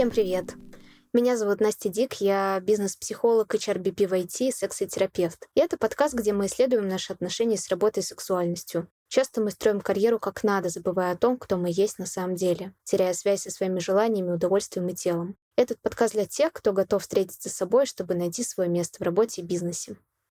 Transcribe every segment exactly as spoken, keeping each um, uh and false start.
Всем привет! Меня зовут Настя Дик, я бизнес-психолог, эйч ар би пи в ай ти, секс-терапевт. И это подкаст, где мы исследуем наши отношения с работой и сексуальностью. Часто мы строим карьеру как надо, забывая о том, кто мы есть на самом деле, теряя связь со своими желаниями, удовольствием и телом. Этот подкаст для тех, кто готов встретиться с собой, чтобы найти свое место в работе и бизнесе.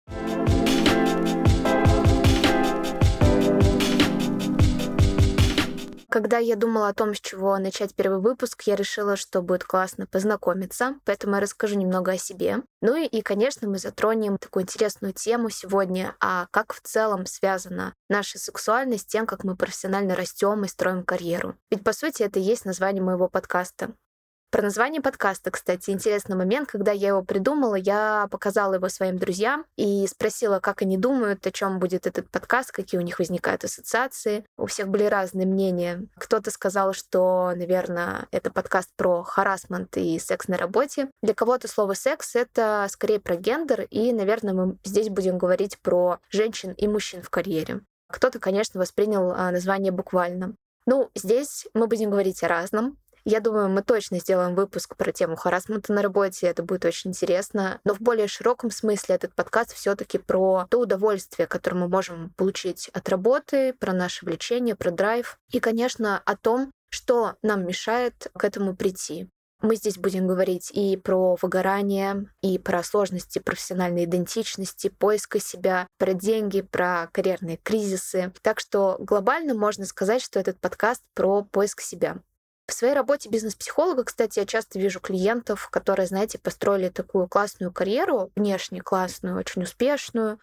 Когда я думала о том, с чего начать первый выпуск, я решила, что будет классно познакомиться, поэтому я расскажу немного о себе. Ну и, и, конечно, мы затронем такую интересную тему сегодня, а как в целом связана наша сексуальность с тем, как мы профессионально растем и строим карьеру. Ведь, по сути, это и есть название моего подкаста. Про название подкаста, кстати, интересный момент. Когда я его придумала, я показала его своим друзьям и спросила, как они думают, о чем будет этот подкаст, какие у них возникают ассоциации. У всех были разные мнения. Кто-то сказал, что, наверное, это подкаст про харассмент и секс на работе. Для кого-то слово «секс» — это скорее про гендер, и, наверное, мы здесь будем говорить про женщин и мужчин в карьере. Кто-то, конечно, воспринял название буквально. Ну, здесь мы будем говорить о разном. Я думаю, мы точно сделаем выпуск про тему харассмента на работе, это будет очень интересно. Но в более широком смысле этот подкаст все-таки про то удовольствие, которое мы можем получить от работы, про наше влечение, про драйв. И, конечно, о том, что нам мешает к этому прийти. Мы здесь будем говорить и про выгорание, и про сложности профессиональной идентичности, поиска себя, про деньги, про карьерные кризисы. Так что глобально можно сказать, что этот подкаст про поиск себя. В своей работе бизнес-психолога, кстати, я часто вижу клиентов, которые, знаете, построили такую классную карьеру, внешне классную, очень успешную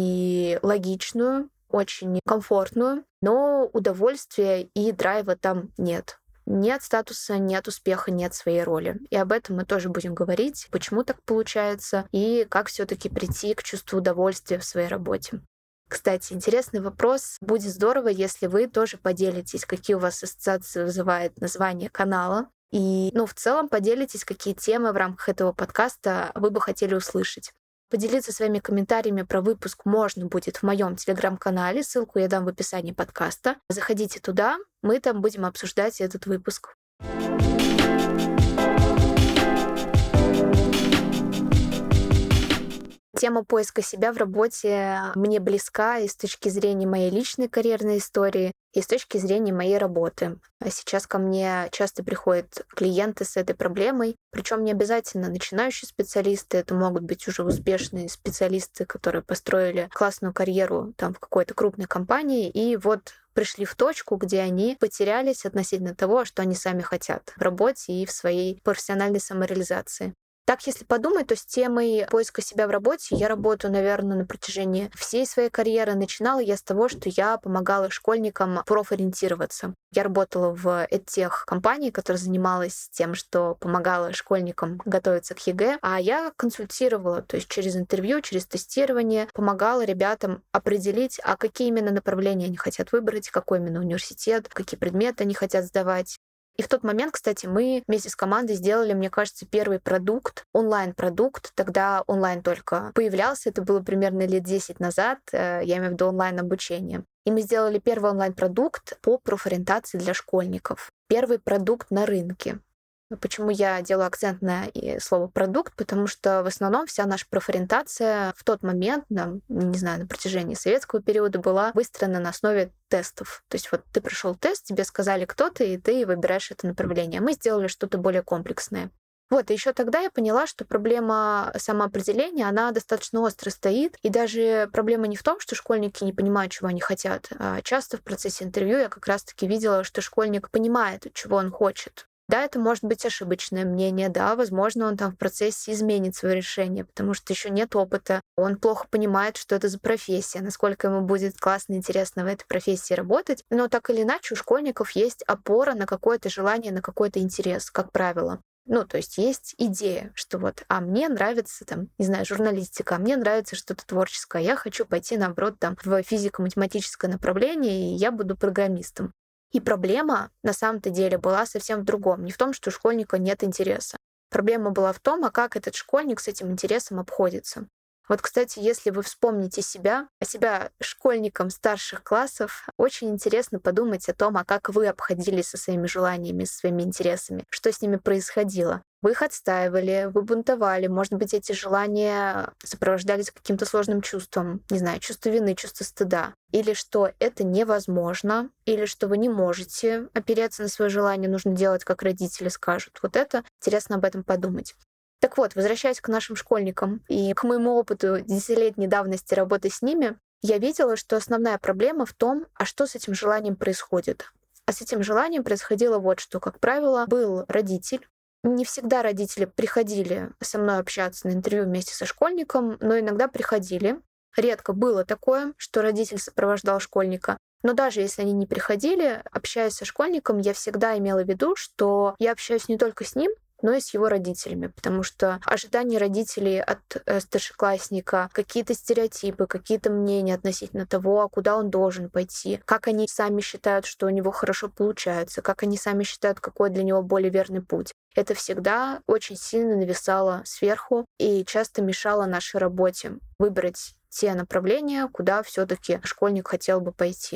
и логичную, очень комфортную, но удовольствия и драйва там нет. Нет статуса, нет успеха, нет своей роли. И об этом мы тоже будем говорить, почему так получается и как все-таки прийти к чувству удовольствия в своей работе. Кстати, интересный вопрос. Будет здорово, если вы тоже поделитесь, какие у вас ассоциации вызывает название канала. И, ну, в целом поделитесь, какие темы в рамках этого подкаста вы бы хотели услышать. Поделиться своими комментариями про выпуск можно будет в моем телеграм-канале. Ссылку я дам в описании подкаста. Заходите туда, мы там будем обсуждать этот выпуск. Тема поиска себя в работе мне близка и с точки зрения моей личной карьерной истории, и с точки зрения моей работы. А сейчас ко мне часто приходят клиенты с этой проблемой, причем не обязательно начинающие специалисты, это могут быть уже успешные специалисты, которые построили классную карьеру там в какой-то крупной компании, и вот пришли в точку, где они потерялись относительно того, что они сами хотят в работе и в своей профессиональной самореализации. Так, если подумать, то с темой поиска себя в работе я работаю, наверное, на протяжении всей своей карьеры. Начинала я с того, что я помогала школьникам профориентироваться. Я работала в эдтех-компании, которая занималась тем, что помогала школьникам готовиться к ЕГЭ, а я консультировала, то есть через интервью, через тестирование, помогала ребятам определить, а какие именно направления они хотят выбрать, какой именно университет, какие предметы они хотят сдавать. И в тот момент, кстати, мы вместе с командой сделали, мне кажется, первый продукт, онлайн-продукт. Тогда онлайн только появлялся, это было примерно лет десять назад, я имею в виду онлайн-обучение. И мы сделали первый онлайн-продукт по профориентации для школьников. Первый продукт на рынке. Почему я делаю акцент на слово «продукт»? Потому что в основном вся наша профориентация в тот момент, на, не знаю, на протяжении советского периода была выстроена на основе тестов. То есть вот ты прошел тест, тебе сказали, кто ты, и ты выбираешь это направление. Мы сделали что-то более комплексное. Вот, и еще тогда я поняла, что проблема самоопределения, она достаточно остро стоит. И даже проблема не в том, что школьники не понимают, чего они хотят. А часто в процессе интервью я как раз-таки видела, что школьник понимает, чего он хочет. Да, это может быть ошибочное мнение, да, возможно, он там в процессе изменит свое решение, потому что еще нет опыта, он плохо понимает, что это за профессия, насколько ему будет классно, интересно в этой профессии работать, но так или иначе у школьников есть опора на какое-то желание, на какой-то интерес, как правило. Ну, то есть есть идея, что вот, а мне нравится, там, не знаю, журналистика, а мне нравится что-то творческое, я хочу пойти, наоборот, там, в физико-математическое направление, и я буду программистом. И проблема на самом-то деле была совсем в другом. Не в том, что у школьника нет интереса. Проблема была в том, а как этот школьник с этим интересом обходится. Вот, кстати, если вы вспомните себя, себя школьником старших классов, очень интересно подумать о том, а как вы обходились со своими желаниями, со своими интересами, что с ними происходило. Вы их отстаивали, вы бунтовали, может быть, эти желания сопровождались каким-то сложным чувством, не знаю, чувство вины, чувство стыда, или что это невозможно, или что вы не можете опереться на свое желание, нужно делать, как родители скажут. Вот это интересно об этом подумать. Так вот, возвращаясь к нашим школьникам и к моему опыту десятилетней давности работы с ними, я видела, что основная проблема в том, а что с этим желанием происходит. А с этим желанием происходило вот что. Как правило, был родитель. Не всегда родители приходили со мной общаться на интервью вместе со школьником, но иногда приходили. Редко было такое, что родитель сопровождал школьника. Но даже если они не приходили, общаясь со школьником, я всегда имела в виду, что я общаюсь не только с ним, но и с его родителями, потому что ожидания родителей от э, старшеклассника, какие-то стереотипы, какие-то мнения относительно того, куда он должен пойти, как они сами считают, что у него хорошо получается, как они сами считают, какой для него более верный путь. Это всегда очень сильно нависало сверху и часто мешало нашей работе выбрать те направления, куда все-таки школьник хотел бы пойти.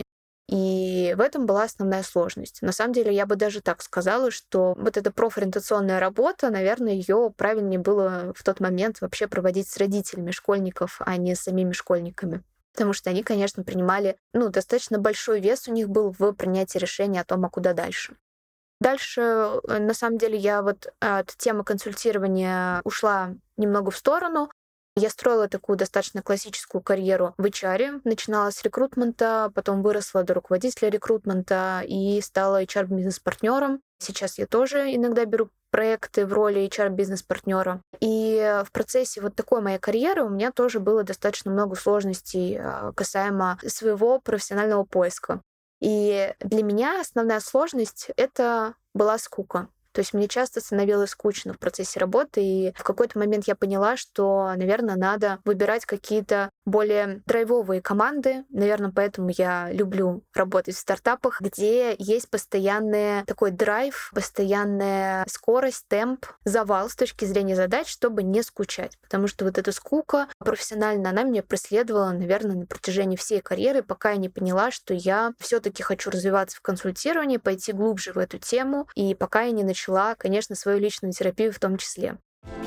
И в этом была основная сложность. На самом деле, я бы даже так сказала, что вот эта профориентационная работа, наверное, ее правильнее было в тот момент вообще проводить с родителями школьников, а не с самими школьниками. Потому что они, конечно, принимали, ну, достаточно большой вес у них был в принятии решения о том, а куда дальше. Дальше, на самом деле, я вот от темы консультирования ушла немного в сторону. Я строила такую достаточно классическую карьеру в эйч ар, начинала с рекрутмента, потом выросла до руководителя рекрутмента и стала эйч ар-бизнес-партнером. Сейчас я тоже иногда беру проекты в роли эйч ар-бизнес-партнера. И в процессе вот такой моей карьеры у меня тоже было достаточно много сложностей касаемо своего профессионального поиска. И для меня основная сложность — это была скука. То есть мне часто становилось скучно в процессе работы, и в какой-то момент я поняла, что, наверное, надо выбирать какие-то более драйвовые команды. Наверное, поэтому я люблю работать в стартапах, где есть постоянный такой драйв, постоянная скорость, темп, завал с точки зрения задач, чтобы не скучать. Потому что вот эта скука профессионально, она меня преследовала, наверное, на протяжении всей карьеры, пока я не поняла, что я все-таки хочу развиваться в консультировании, пойти глубже в эту тему, и пока я не начала конечно, свою личную терапию в том числе.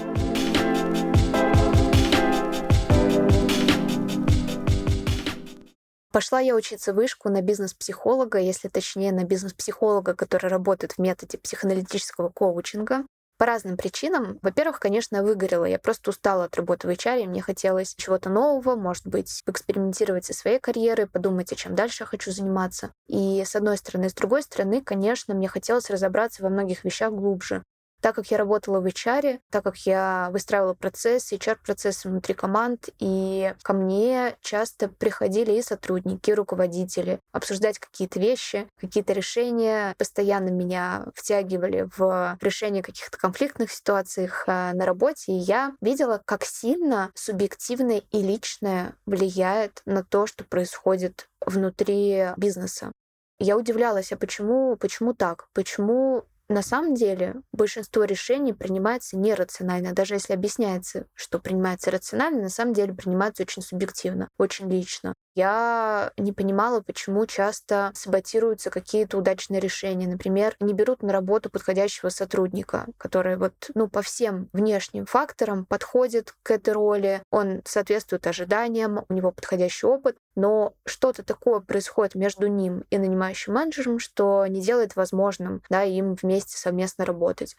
Пошла я учиться в вышку на бизнес-психолога, если точнее, на бизнес-психолога, который работает в методе психоаналитического коучинга. По разным причинам. Во-первых, конечно, я выгорела. Я просто устала от работы в эйч ар, и мне хотелось чего-то нового, может быть, экспериментировать со своей карьерой, подумать, о чем дальше я хочу заниматься. И с одной стороны. С другой стороны, конечно, мне хотелось разобраться во многих вещах глубже. Так как я работала в эйч ар, так как я выстраивала процессы, эйч ар-процессы внутри команд, и ко мне часто приходили и сотрудники, и руководители обсуждать какие-то вещи, какие-то решения, постоянно меня втягивали в решение каких-то конфликтных ситуаций на работе, и я видела, как сильно субъективное и личное влияет на то, что происходит внутри бизнеса. Я удивлялась, а почему, почему так? Почему на самом деле большинство решений принимается нерационально. Даже если объясняется, что принимается рационально, на самом деле принимается очень субъективно, очень лично. Я не понимала, почему часто саботируются какие-то удачные решения. Например, не берут на работу подходящего сотрудника, который вот, ну, по всем внешним факторам подходит к этой роли, он соответствует ожиданиям, у него подходящий опыт, но что-то такое происходит между ним и нанимающим менеджером, что не делает возможным, да, им вместе совместно работать.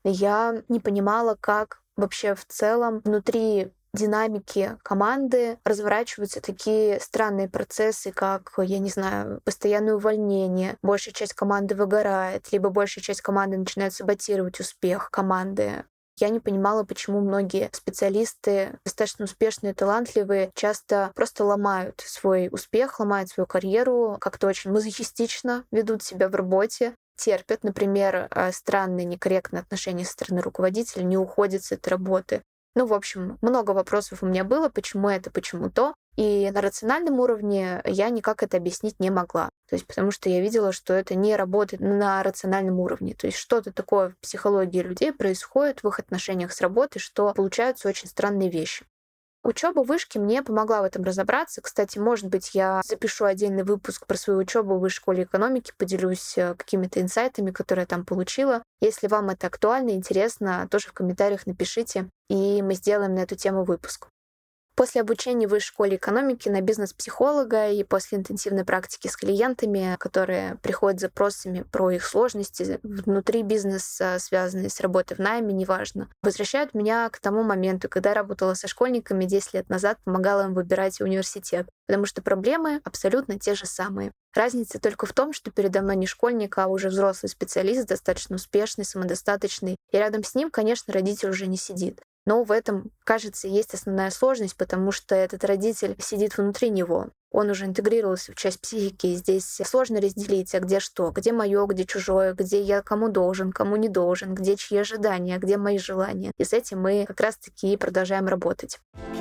Я не понимала, как вообще в целом внутри динамики команды разворачиваются такие странные процессы, как, я не знаю, постоянное увольнение, большая часть команды выгорает, либо большая часть команды начинает саботировать успех команды. Я не понимала, почему многие специалисты, достаточно успешные, талантливые, часто просто ломают свой успех, ломают свою карьеру, как-то очень мазохистично ведут себя в работе, терпят, например, странные, некорректные отношения со стороны руководителя, не уходят с этой работы. Ну, в общем, много вопросов у меня было, почему это, почему то. И на рациональном уровне я никак это объяснить не могла. То есть потому что я видела, что это не работает на рациональном уровне. То есть что-то такое в психологии людей происходит в их отношениях с работой, что получаются очень странные вещи. Учеба в вышке мне помогла в этом разобраться. Кстати, может быть, я запишу отдельный выпуск про свою учебу в высшей школе экономики, поделюсь э, какими-то инсайтами, которые я там получила. Если вам это актуально, интересно, тоже в комментариях напишите, и мы сделаем на эту тему выпуск. После обучения в высшей школе экономики на бизнес-психолога и после интенсивной практики с клиентами, которые приходят с запросами про их сложности внутри бизнеса, связанные с работой в найме, неважно, возвращают меня к тому моменту, когда я работала со школьниками десять лет назад, помогала им выбирать университет, потому что проблемы абсолютно те же самые. Разница только в том, что передо мной не школьник, а уже взрослый специалист, достаточно успешный, самодостаточный, и рядом с ним, конечно, родитель уже не сидит. Но в этом, кажется, есть основная сложность, потому что этот родитель сидит внутри него. Он уже интегрировался в часть психики, и здесь сложно разделить, а где что, где мое, где чужое, где я кому должен, кому не должен, где чьи ожидания, где мои желания. И с этим мы как раз-таки продолжаем работать.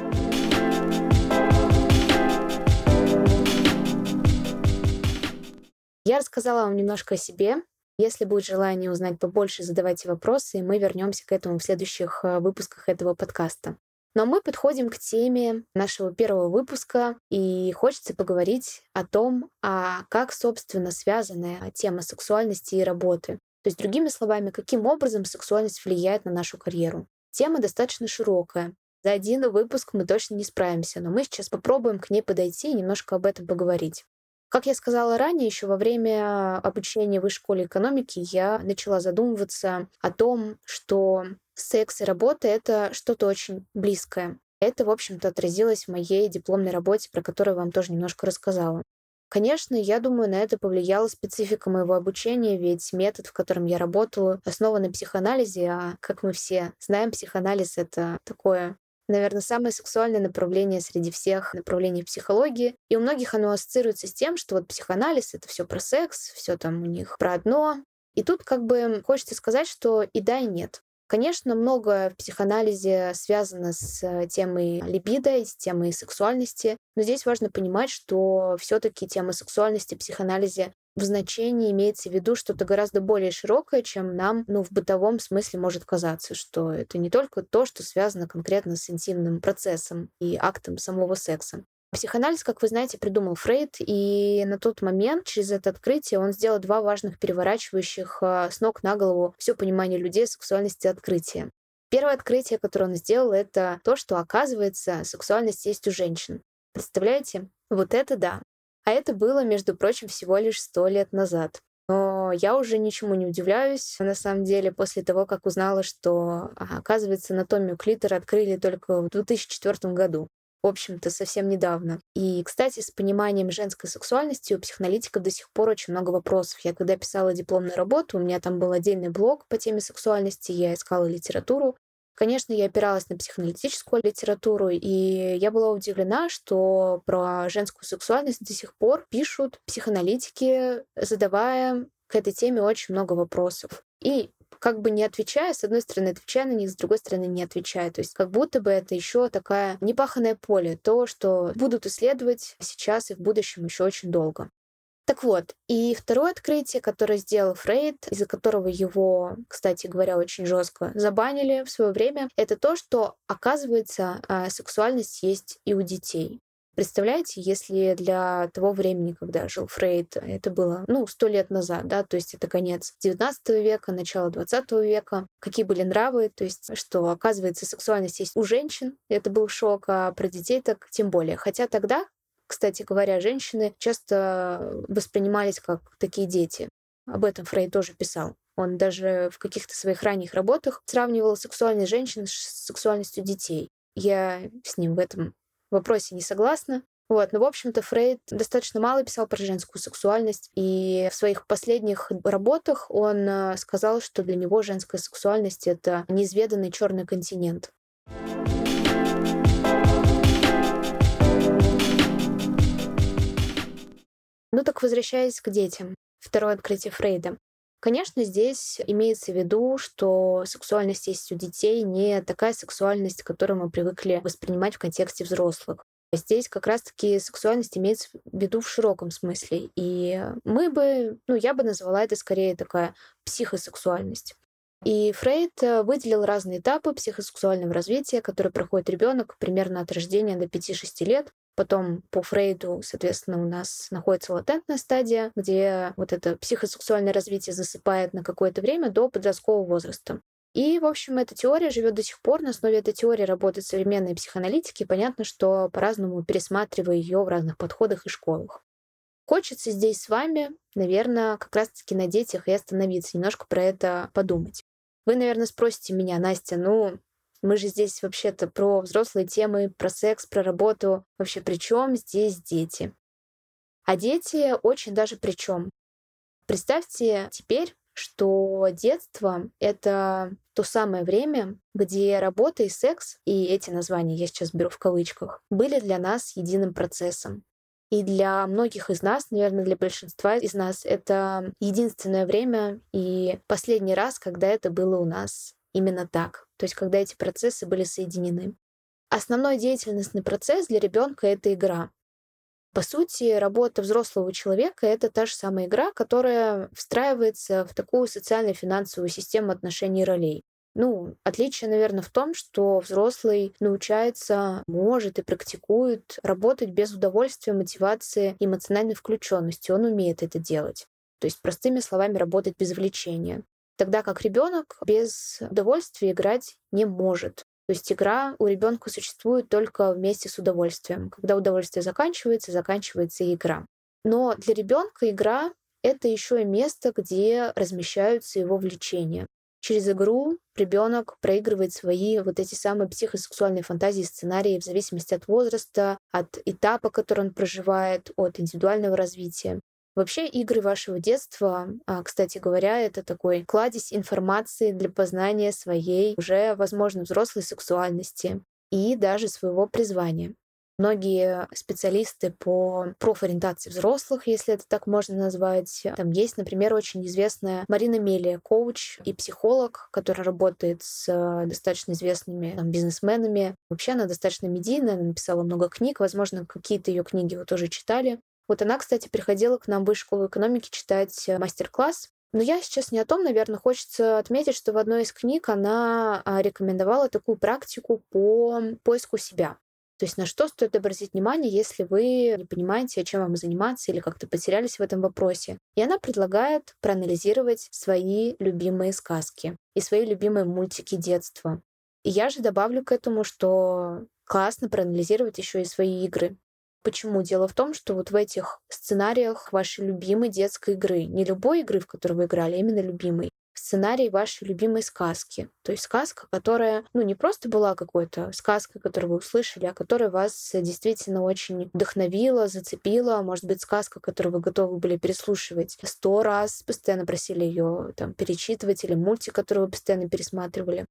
Я рассказала вам немножко о себе. Если будет желание узнать побольше, задавайте вопросы, и мы вернемся к этому в следующих э, выпусках этого подкаста. Но мы подходим к теме нашего первого выпуска, и хочется поговорить о том, а как, собственно, связана тема сексуальности и работы. То есть, другими словами, каким образом сексуальность влияет на нашу карьеру. Тема достаточно широкая. За один выпуск мы точно не справимся, но мы сейчас попробуем к ней подойти и немножко об этом поговорить. Как я сказала ранее, еще во время обучения в высшей школе экономики я начала задумываться о том, что секс и работа — это что-то очень близкое. Это, в общем-то, отразилось в моей дипломной работе, про которую я вам тоже немножко рассказала. Конечно, я думаю, на это повлияла специфика моего обучения, ведь метод, в котором я работала, основан на психоанализе, а, как мы все знаем, психоанализ — это такое, наверное, самое сексуальное направление среди всех направлений психологии. И у многих оно ассоциируется с тем, что вот психоанализ — это все про секс, все там у них про одно. И тут как бы хочется сказать, что и да, и нет. Конечно, многое в психоанализе связано с темой либидо и с темой сексуальности, но здесь важно понимать, что все-таки тема сексуальности в психоанализе в значении имеется в виду что-то гораздо более широкое, чем нам, ну, в бытовом смысле может казаться, что это не только то, что связано конкретно с интимным процессом и актом самого секса. Психоанализ, как вы знаете, придумал Фрейд, и на тот момент через это открытие он сделал два важных переворачивающих а, с ног на голову все понимание людей о сексуальности открытия. Первое открытие, которое он сделал, это то, что, оказывается, сексуальность есть у женщин. Представляете? Вот это да. А это было, между прочим, всего лишь сто лет назад. Но я уже ничему не удивляюсь, на самом деле, после того, как узнала, что, а, оказывается, анатомию клитора открыли только в две тысячи четвёртом году. В общем-то, совсем недавно. И, кстати, с пониманием женской сексуальности у психоаналитиков до сих пор очень много вопросов. Я когда писала дипломную работу, у меня там был отдельный блог по теме сексуальности, я искала литературу. Конечно, я опиралась на психоаналитическую литературу, и я была удивлена, что про женскую сексуальность до сих пор пишут психоаналитики, задавая к этой теме очень много вопросов. И как бы не отвечая, с одной стороны отвечая на них, с другой стороны не отвечая. То есть как будто бы это еще такая непаханное поле, то, что будут исследовать сейчас и в будущем еще очень долго. Так вот, и второе открытие, которое сделал Фрейд, из-за которого его, кстати говоря, очень жестко забанили в свое время, это то, что, оказывается, а, сексуальность есть и у детей. Представляете, если для того времени, когда жил Фрейд, это было, ну, сто лет назад, да, то есть это конец девятнадцатого века, начало двадцатого века, какие были нравы, то есть что, оказывается, сексуальность есть у женщин, это был шок, а про детей так тем более. Хотя тогда, кстати говоря, женщины часто воспринимались как такие дети. Об этом Фрейд тоже писал. Он даже в каких-то своих ранних работах сравнивал сексуальность женщин с сексуальностью детей. Я с ним в этом вопросе не согласна. Вот. Но, в общем-то, Фрейд достаточно мало писал про женскую сексуальность, и в своих последних работах он э, сказал, что для него женская сексуальность — это неизведанный черный континент. Ну так возвращаясь к детям. Второе открытие Фрейда. Конечно, здесь имеется в виду, что сексуальность есть у детей не такая сексуальность, которую мы привыкли воспринимать в контексте взрослых. Здесь как раз-таки сексуальность имеется в виду в широком смысле. И мы бы, ну, я бы назвала это скорее такая психосексуальность. И Фрейд э, выделил разные этапы психосексуального развития, которые проходит ребенок примерно от рождения до пяти-шести лет. Потом по Фрейду, соответственно, у нас находится латентная стадия, где вот это психосексуальное развитие засыпает на какое-то время до подросткового возраста. И, в общем, эта теория живет до сих пор. На основе этой теории работают современные психоаналитики. Понятно, что по-разному пересматривая ее в разных подходах и школах. Хочется здесь с вами, наверное, как раз-таки на детях и остановиться, немножко про это подумать. Вы, наверное, спросите меня: Настя, ну, мы же здесь вообще-то про взрослые темы, про секс, про работу. Вообще, при чем здесь дети? А дети очень даже при чем. Представьте теперь, что детство — это то самое время, где работа и секс, и эти названия я сейчас беру в кавычках, были для нас единым процессом. И для многих из нас, наверное, для большинства из нас, это единственное время и последний раз, когда это было у нас именно так. То есть когда эти процессы были соединены. Основной деятельностный процесс для ребенка — это игра. По сути, работа взрослого человека — это та же самая игра, которая встраивается в такую социально-финансовую систему отношений и ролей. Ну, отличие, наверное, в том, что взрослый научается, может и практикует работать без удовольствия, мотивации, эмоциональной включенности. Он умеет это делать. То есть, простыми словами, работать без влечения. Тогда как ребенок без удовольствия играть не может. То есть игра у ребенка существует только вместе с удовольствием. Когда удовольствие заканчивается, заканчивается и игра. Но для ребенка игра — это еще и место, где размещаются его влечения. Через игру ребенок проигрывает свои вот эти самые психосексуальные фантазии, сценарии в зависимости от возраста, от этапа, который он проживает, от индивидуального развития. Вообще игры вашего детства, а, кстати говоря, это такой кладезь информации для познания своей уже, возможно, взрослой сексуальности и даже своего призвания. Многие специалисты по профориентации взрослых, если это так можно назвать, там есть, например, очень известная Марина Мелия, коуч и психолог, которая работает с э, достаточно известными там, бизнесменами. Вообще она достаточно медийная, она написала много книг, возможно, какие-то ее книги вы тоже читали. Вот она, кстати, приходила к нам в Высшую школу экономики читать э, мастер-класс. Но я сейчас не о том, наверное, хочется отметить, что в одной из книг она а, рекомендовала такую практику по поиску себя. То есть на что стоит обратить внимание, если вы не понимаете, чем вам заниматься или как-то потерялись в этом вопросе. И она предлагает проанализировать свои любимые сказки и свои любимые мультики детства. И я же добавлю к этому, что классно проанализировать еще и свои игры. Почему? Дело в том, что вот в этих сценариях вашей любимой детской игры, не любой игры, в которой вы играли, а именно любимой, сценарий вашей любимой сказки. То есть сказка, которая, ну, не просто была какой-то сказкой, которую вы услышали, а которая вас действительно очень вдохновила, зацепила. Может быть, сказка, которую вы готовы были переслушивать сто раз, постоянно просили ее там перечитывать, или мультик, который вы постоянно пересматривали.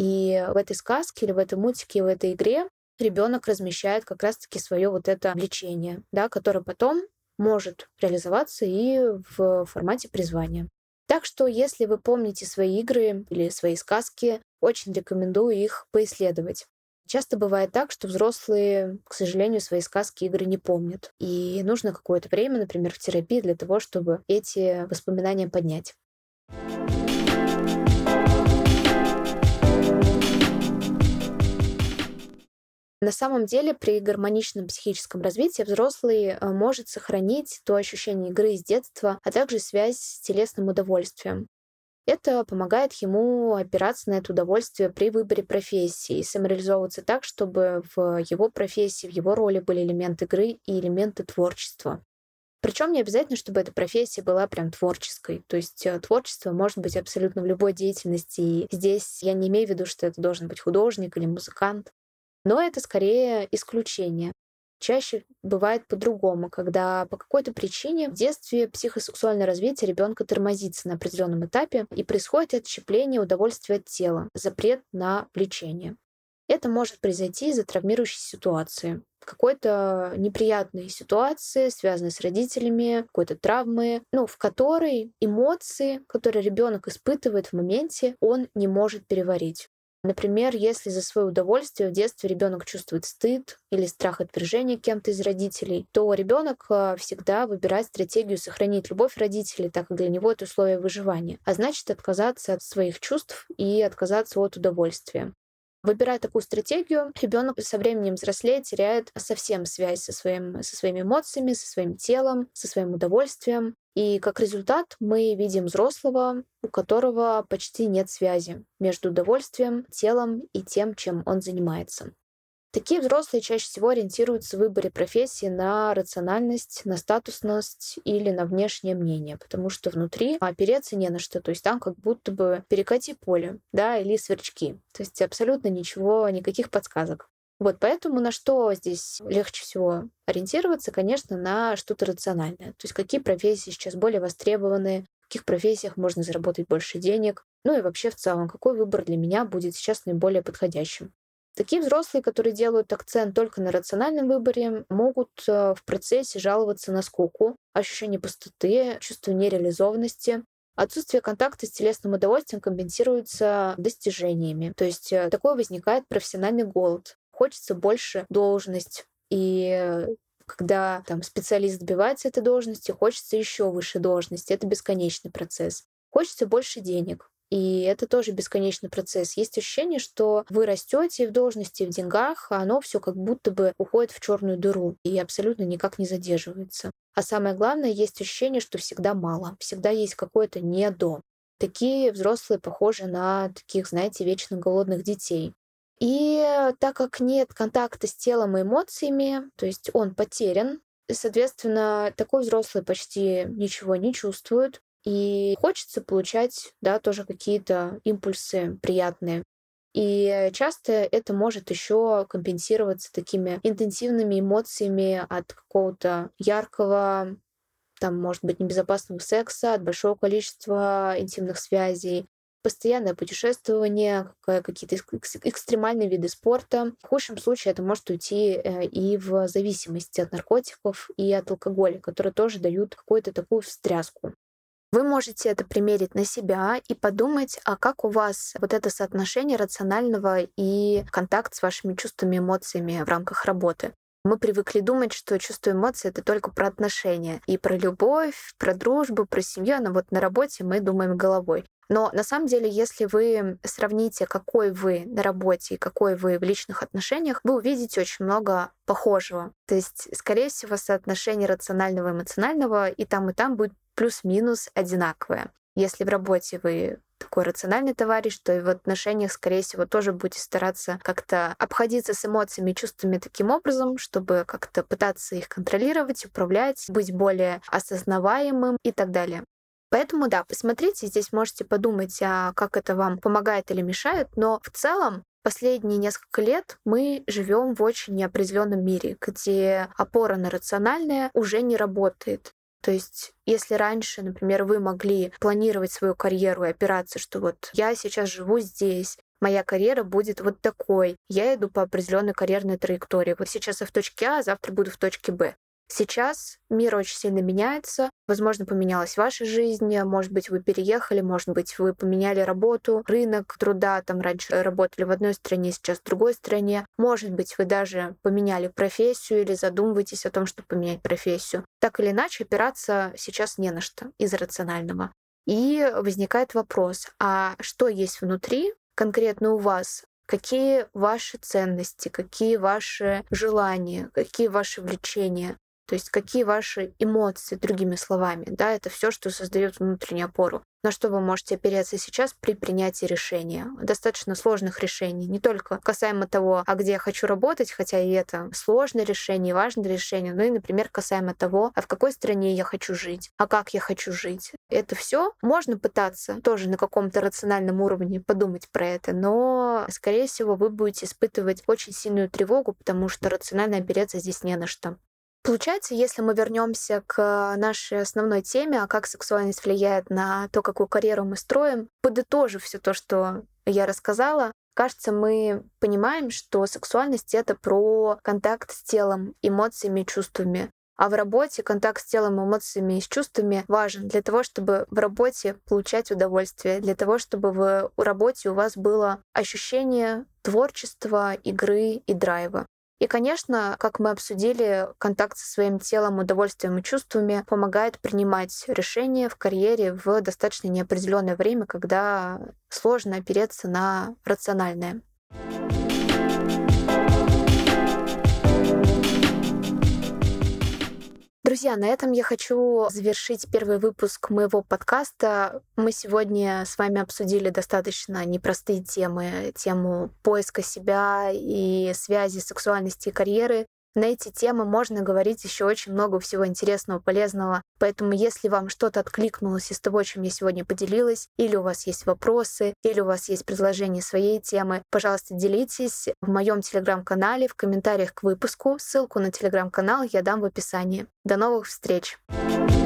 И в этой сказке или в этом мультике, в этой игре ребенок размещает как раз-таки свое вот это влечение, да, которое потом может реализоваться и в формате призвания. Так что, если вы помните свои игры или свои сказки, очень рекомендую их поисследовать. Часто бывает так, что взрослые, к сожалению, свои сказки, игры не помнят. И нужно какое-то время, например, в терапии для того, чтобы эти воспоминания поднять. На самом деле, при гармоничном психическом развитии взрослый э, может сохранить то ощущение игры из детства, а также связь с телесным удовольствием. Это помогает ему опираться на это удовольствие при выборе профессии и самореализовываться так, чтобы в его профессии, в его роли были элементы игры и элементы творчества. Причем не обязательно, чтобы эта профессия была прям творческой. То есть э, творчество может быть абсолютно в любой деятельности. И здесь я не имею в виду, что это должен быть художник или музыкант. Но это скорее исключение. Чаще бывает по-другому, когда по какой-то причине в детстве психосексуальное развитие ребенка тормозится на определенном этапе и происходит отщепление удовольствия от тела, запрет на влечение. Это может произойти из-за травмирующей ситуации, какой-то неприятной ситуации, связанной с родителями, какой-то травмы, ну, в которой эмоции, которые ребенок испытывает в моменте, он не может переварить. Например, если за свое удовольствие в детстве ребенок чувствует стыд или страх отвержения кем-то из родителей, то ребенок э, всегда выбирает стратегию сохранить любовь родителей, так как для него это условие выживания, а значит отказаться от своих чувств и отказаться от удовольствия. Выбирая такую стратегию, ребенок со временем взрослеет, теряет совсем связь со, своим, со своими эмоциями, со своим телом, со своим удовольствием. И как результат мы видим взрослого, у которого почти нет связи между удовольствием, телом и тем, чем он занимается. Такие взрослые чаще всего ориентируются в выборе профессии на рациональность, на статусность или на внешнее мнение, потому что внутри опереться не на что, то есть там как будто бы перекати поле, да, или сверчки, то есть абсолютно ничего, никаких подсказок. Вот поэтому на что здесь легче всего ориентироваться, конечно, на что-то рациональное. То есть какие профессии сейчас более востребованы, в каких профессиях можно заработать больше денег, ну и вообще в целом, какой выбор для меня будет сейчас наиболее подходящим. Такие взрослые, которые делают акцент только на рациональном выборе, могут э, в процессе жаловаться на скуку, ощущение пустоты, чувство нереализованности. Отсутствие контакта с телесным удовольствием компенсируется достижениями. То есть э, такое возникает профессиональный голод. Хочется больше должность. И э, когда там, специалист добивается этой должности, хочется еще выше должности. Это бесконечный процесс. Хочется больше денег. И это тоже бесконечный процесс. Есть ощущение, что вы растете в должности, в деньгах, а оно все как будто бы уходит в черную дыру и абсолютно никак не задерживается. А самое главное, есть ощущение, что всегда мало, всегда есть какое-то не до. Такие взрослые похожи на таких, знаете, вечно голодных детей. И так как нет контакта с телом и эмоциями, то есть он потерян, соответственно, такой взрослый почти ничего не чувствует, и хочется получать, да, тоже какие-то импульсы приятные. И часто это может еще компенсироваться такими интенсивными эмоциями от какого-то яркого, там, может быть, небезопасного секса, от большого количества интимных связей, постоянное путешествование, ка- какие-то экс- экстремальные виды спорта. В худшем случае это может уйти э, и в зависимости от наркотиков и от алкоголя, которые тоже дают какую-то такую встряску. Вы можете это примерить на себя и подумать, а как у вас вот это соотношение рационального и контакт с вашими чувствами, эмоциями в рамках работы. Мы привыкли думать, что чувство эмоций — это только про отношения, и про любовь, про дружбу, про семью, но вот на работе мы думаем головой. Но на самом деле, если вы сравните, какой вы на работе и какой вы в личных отношениях, вы увидите очень много похожего. То есть, скорее всего, соотношение рационального и эмоционального и там, и там будет плюс-минус одинаковое. Если в работе вы такой рациональный товарищ, то и в отношениях, скорее всего, тоже будете стараться как-то обходиться с эмоциями и чувствами таким образом, чтобы как-то пытаться их контролировать, управлять, быть более осознаваемым и так далее. Поэтому да, посмотрите, здесь можете подумать, а как это вам помогает или мешает, но в целом последние несколько лет мы живем в очень неопределенном мире, где опора на рациональное уже не работает. То есть, если раньше, например, вы могли планировать свою карьеру и опираться, что вот я сейчас живу здесь, моя карьера будет вот такой, я иду по определенной карьерной траектории. Вот сейчас я в точке А, а завтра буду в точке Б. Сейчас мир очень сильно меняется. Возможно, поменялась ваша жизнь, может быть, вы переехали, может быть, вы поменяли работу, рынок труда, там раньше работали в одной стране, сейчас в другой стране. Может быть, вы даже поменяли профессию или задумываетесь о том, чтобы поменять профессию. Так или иначе, опираться сейчас не на что из рационального. И возникает вопрос, а что есть внутри конкретно у вас? Какие ваши ценности, какие ваши желания, какие ваши влечения? То есть какие ваши эмоции, другими словами, да, это все, что создает внутреннюю опору. На что вы можете опереться сейчас при принятии решения. Достаточно сложных решений. Не только касаемо того, а где я хочу работать, хотя и это сложное решение, важное решение, но и, например, касаемо того, а в какой стране я хочу жить, а как я хочу жить. Это все можно пытаться тоже на каком-то рациональном уровне подумать про это, но, скорее всего, вы будете испытывать очень сильную тревогу, потому что рационально опереться здесь не на что. Получается, если мы вернемся к нашей основной теме, а как сексуальность влияет на то, какую карьеру мы строим, подытожив все то, что я рассказала, кажется, мы понимаем, что сексуальность — это про контакт с телом, эмоциями, чувствами. А в работе контакт с телом, эмоциями и с чувствами важен для того, чтобы в работе получать удовольствие, для того, чтобы в работе у вас было ощущение творчества, игры и драйва. И, конечно, как мы обсудили, контакт со своим телом, удовольствием и чувствами помогает принимать решения в карьере в достаточно неопределенное время, когда сложно опереться на рациональное. Друзья, на этом я хочу завершить первый выпуск моего подкаста. Мы сегодня с вами обсудили достаточно непростые темы, тему поиска себя и связи сексуальности и карьеры. На эти темы можно говорить еще очень много всего интересного, полезного. Поэтому, если вам что-то откликнулось из того, чем я сегодня поделилась, или у вас есть вопросы, или у вас есть предложение своей темы, пожалуйста, делитесь в моем телеграм-канале, в комментариях к выпуску. Ссылку на телеграм-канал я дам в описании. До новых встреч!